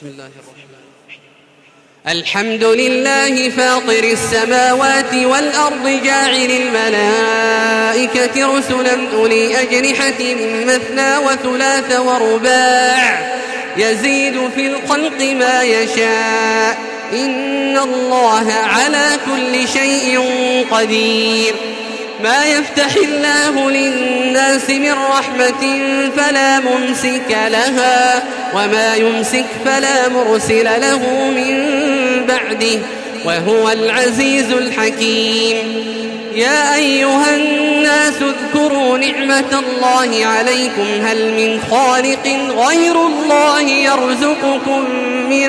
بسم الله الرحمن الرحيم. الحمد لله فاطر السماوات والأرض جاعل الملائكة رسلا أولي أجنحة مثنى وثلاث ورباع يزيد في الخلق ما يشاء إن الله على كل شيء قدير. ما يفتح الله للناس من رحمة فلا ممسك لها وما يمسك فلا مرسل له من بعده وهو العزيز الحكيم. يا أيها الناس اذكروا نعمة الله عليكم هل من خالق غير الله يرزقكم من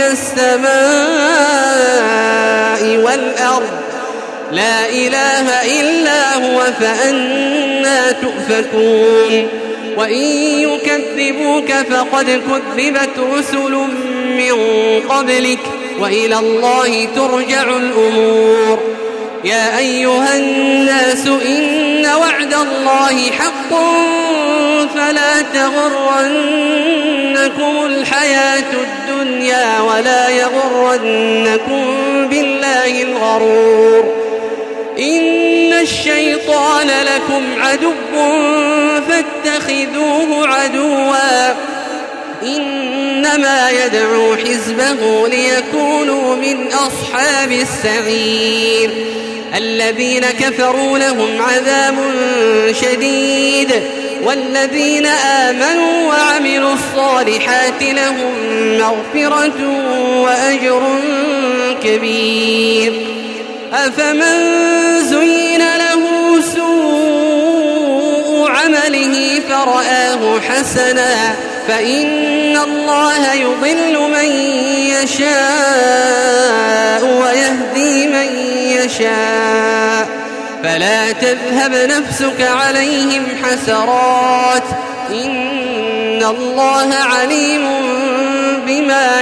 السماء والأرض لا إله إلا هو فأنى تؤفكون. وإن يكذبوك فقد كذبت رسل من قبلك وإلى الله ترجع الأمور. يا أيها الناس إن وعد الله حق فلا تغرنكم الحياة الدنيا ولا يغرنكم بالله الغرور. إن الشيطان لكم عدو فاتخذوه عدوا إنما يدعو حزبه ليكونوا من أصحاب السعير. الذين كفروا لهم عذاب شديد والذين آمنوا وعملوا الصالحات لهم مغفرة وأجر كبير. أفمن زين له سوء عمله فرآه حسنا فإن الله يضل من يشاء ويهدي من يشاء فلا تذهب نفسك عليهم حسرات إن الله عليم بما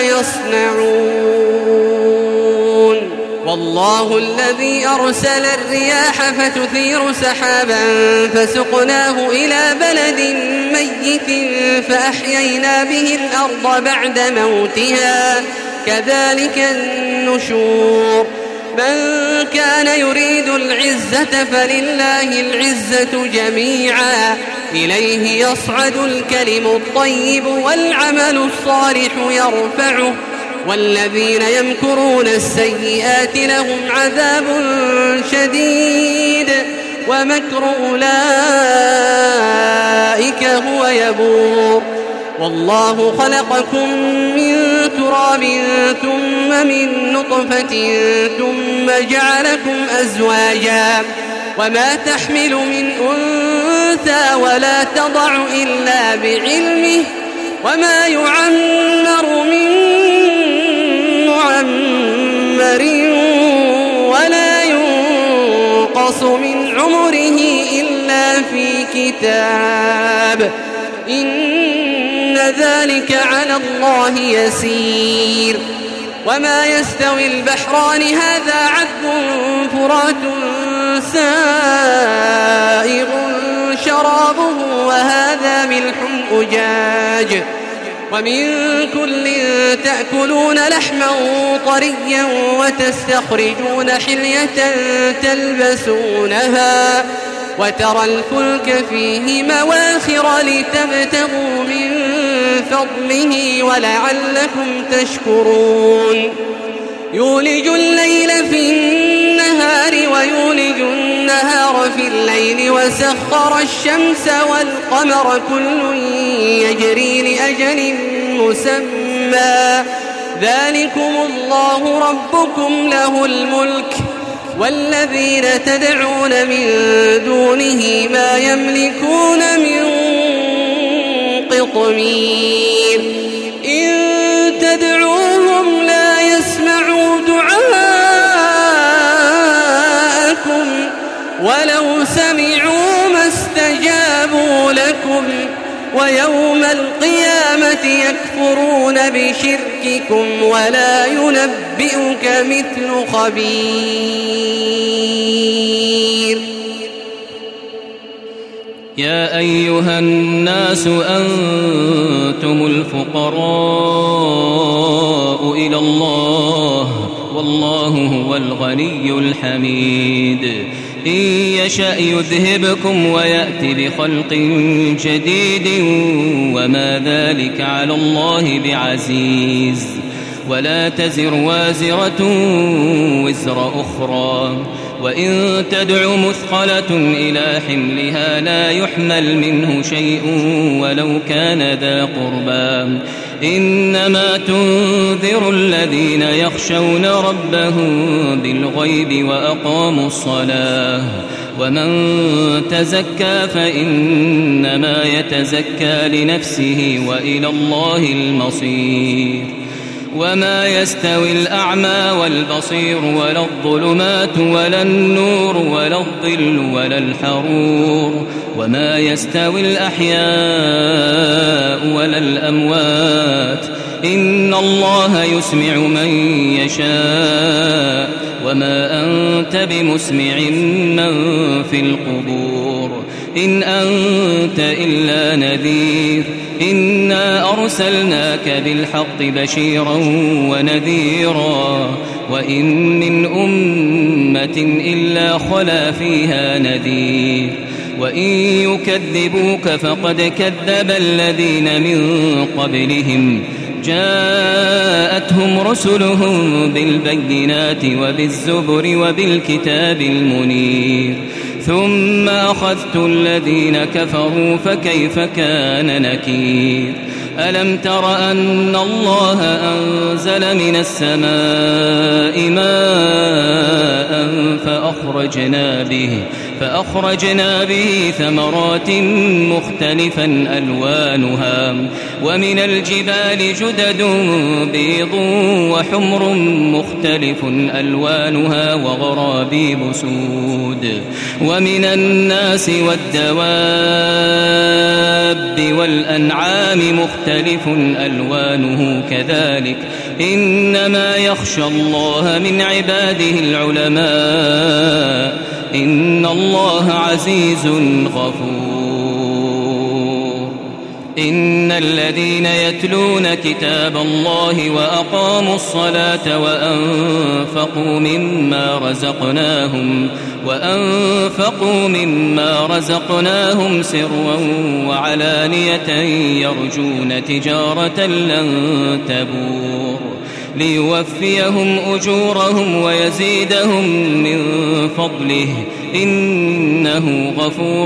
يصنعون. والله الذي أرسل الرياح فتثير سحابا فسقناه إلى بلد ميت فأحيينا به الأرض بعد موتها كذلك النشور. من كان يريد العزة فلله العزة جميعا إليه يصعد الكلم الطيب والعمل الصالح يرفعه والذين يمكرون السيئات لهم عذاب شديد ومكر أولئك هو يبور. والله خلقكم من تراب ثم من نطفة ثم جعلكم أزواجا وما تحمل من أنثى ولا تضع إلا بعلمه وما يعمر من معمر ولا ينقص من عمره إلا في كتاب إن ذلك على الله يسير. وما يستوي البحران هذا عذب فرات سائغ شرابه وهذا ملح أجاج ومن كل تأكلون لحما طريا وتستخرجون حلية تلبسونها وترى الفلك فيه مواخر لتبتغوا من فضله ولعلكم تشكرون. يولج الليل في النهار ويولج النهار في الليل وسخر الشمس والقمر كل يجري لأجل مسمى ذلكم الله ربكم له الملك والذين تدعون من دونه ما يملكون من قطمير. إن تدعوهم لا يسمعوا دعاءكم ولو سمعوا ما استجابوا لكم ويوم القيامة يكفرون بشرككم ولا ينبئك مثل خبير. يا أيها الناس أنتم الفقراء إلى الله والله هو الغني الحميد إن يشأ يذهبكم ويأتي بخلق جديد وما ذلك على الله بعزيز ولا تزر وازرة وزر أخرى وإن تدع مثقلة إلى حملها لا يحمل منه شيء ولو كان ذا قربى إنما تنذر الذين يخشون ربهم بالغيب وأقاموا الصلاة ومن تزكى فإنما يتزكى لنفسه وإلى الله المصير وما يستوي الأعمى والبصير ولا الظلمات ولا النور ولا الظل ولا الحرور وما يستوي الأحياء ولا الأموات إن الله يسمع من يشاء وما أنت بمسمع من في القبور إن أنت إلا نذير إنا أرسلناك بالحق بشيرا ونذيرا وإن من أمة إلا خلا فيها نذير وإن يكذبوك فقد كذب الذين من قبلهم جاءتهم رسلهم بالبينات وبالزبر وبالكتاب المنير ثم أخذت الذين كفروا فكيف كان نكير ألم تر أن الله أنزل من السماء ماء فأخرجنا به ثمرات مختلفا ألوانها ومن الجبال جدد بيض وحمر مختلف ألوانها وغرابيب سود ومن الناس والدواب والأنعام مختلف ألوانه كذلك إنما يخشى الله من عباده العلماء إن الله عزيز غفور إن الذين يتلون كتاب الله وأقاموا الصلاة وأنفقوا مما رزقناهم سرا وعلانية يرجون تجارة لن تبور ليوفيهم أجورهم ويزيدهم من فضله إنه غفور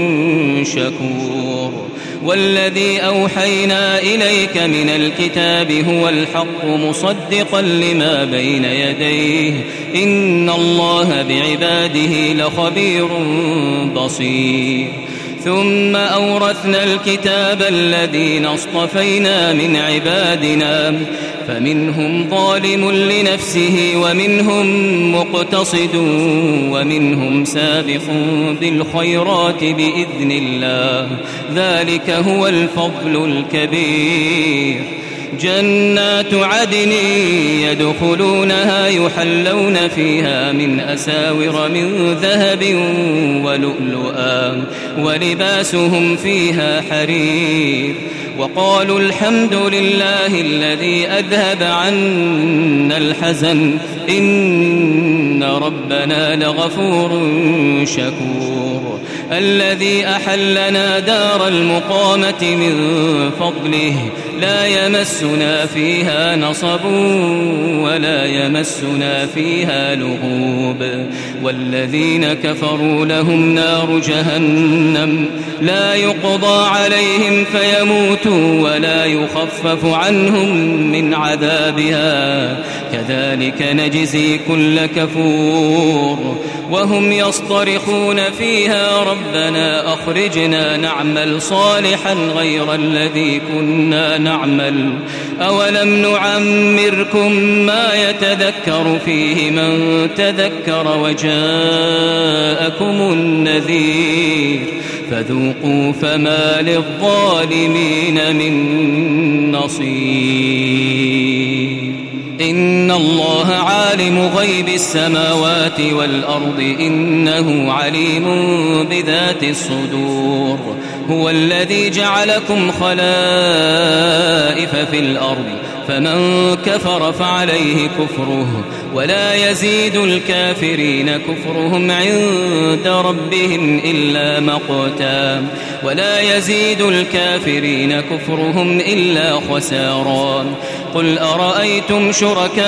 شكور والذي أوحينا إليك من الكتاب هو الحق مصدقا لما بين يديه إن الله بعباده لخبير بصير ثم أورثنا الكتاب الذين اصطفينا من عبادنا فمنهم ظالم لنفسه ومنهم مقتصد ومنهم سابق بالخيرات بإذن الله ذلك هو الفضل الكبير جنات عدن يدخلونها يحلون فيها من أساور من ذهب ولؤلؤا ولباسهم فيها حرير وقالوا الحمد لله الذي أذهب عنا الحزن إن ربنا لغفور شكور الذي أحلنا دار المقامة من فضله لا يمسنا فيها نصب ولا يمسنا فيها لغوب والذين كفروا لهم نار جهنم لا يقضى عليهم فيموتوا ولا يخفف عنهم من عذابها كذلك نجزي كل كفور وهم يصطرخون فيها ربنا أخرجنا نعمل صالحا غير الذي كنا نعمل أولم نعمركم ما يتذكر فيه من تذكر وجاءكم النذير فذوقوا فما للظالمين من نصير إن الله عالم غيب السماوات والأرض إنه عليم بذات الصدور هو الذي جعلكم خلائف في الأرض فمن كفر فعليه كفره ولا يزيد الكافرين كفرهم عند ربهم إلا مقتا ولا يزيد الكافرين كفرهم إلا خسارا قل أرأيتم شركاءكم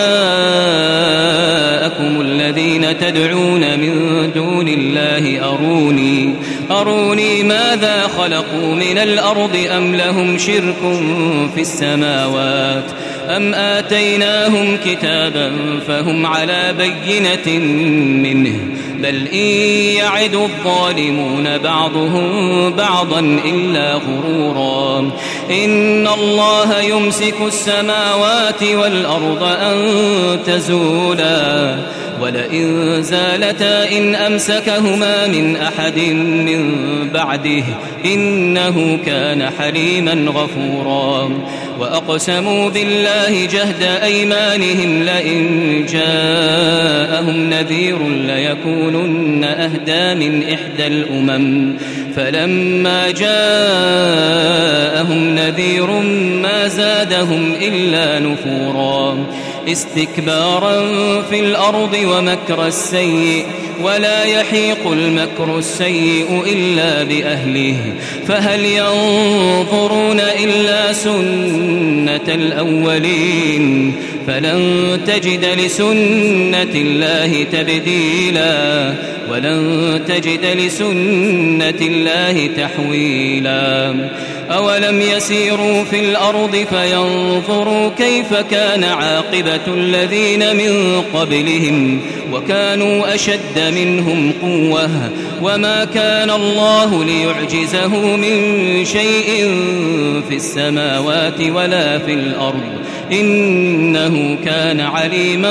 الذين تدعون من دون الله أروني ماذا خلقوا من الأرض أم لهم شرك في السماوات أم آتيناهم كتابا فهم على بينة منه بل إن يعد الظالمون بعضهم بعضا إلا غرورا إن الله يمسك السماوات والأرض أن تزولا ولئن زالتا إن أمسكهما من أحد من بعده إنه كان حليما غفورا وأقسموا بالله جهد أيمانهم لئن جاءهم نذير ليكونن أهدى من إحدى الأمم فلما جاءهم نذير ما زادهم إلا نفورا استكبارا في الأرض ومكر السيء ولا يحيق المكر السيء إلا بأهله فهل ينظرون إلا سنة الأولين فلن تجد لسنة الله تبديلا ولن تجد لسنة الله تحويلا أولم يسيروا في الأرض فينظروا كيف كان عاقبة الذين من قبلهم وكانوا أشد منهم قوة وما كان الله ليعجزه من شيء في السماوات ولا في الأرض إنه كان عليما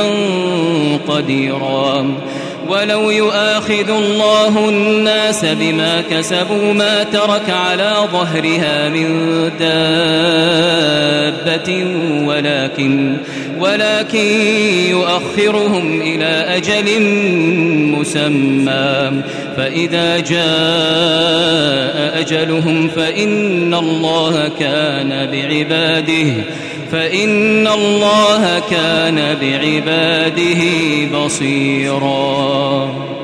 قديرا ولو يؤاخذ الله الناس بما كسبوا ما ترك على ظهرها من دابة ولكن يؤخرهم إلى أجل مسمى فإذا جاء أجلهم فإن الله كان بعباده بصيرا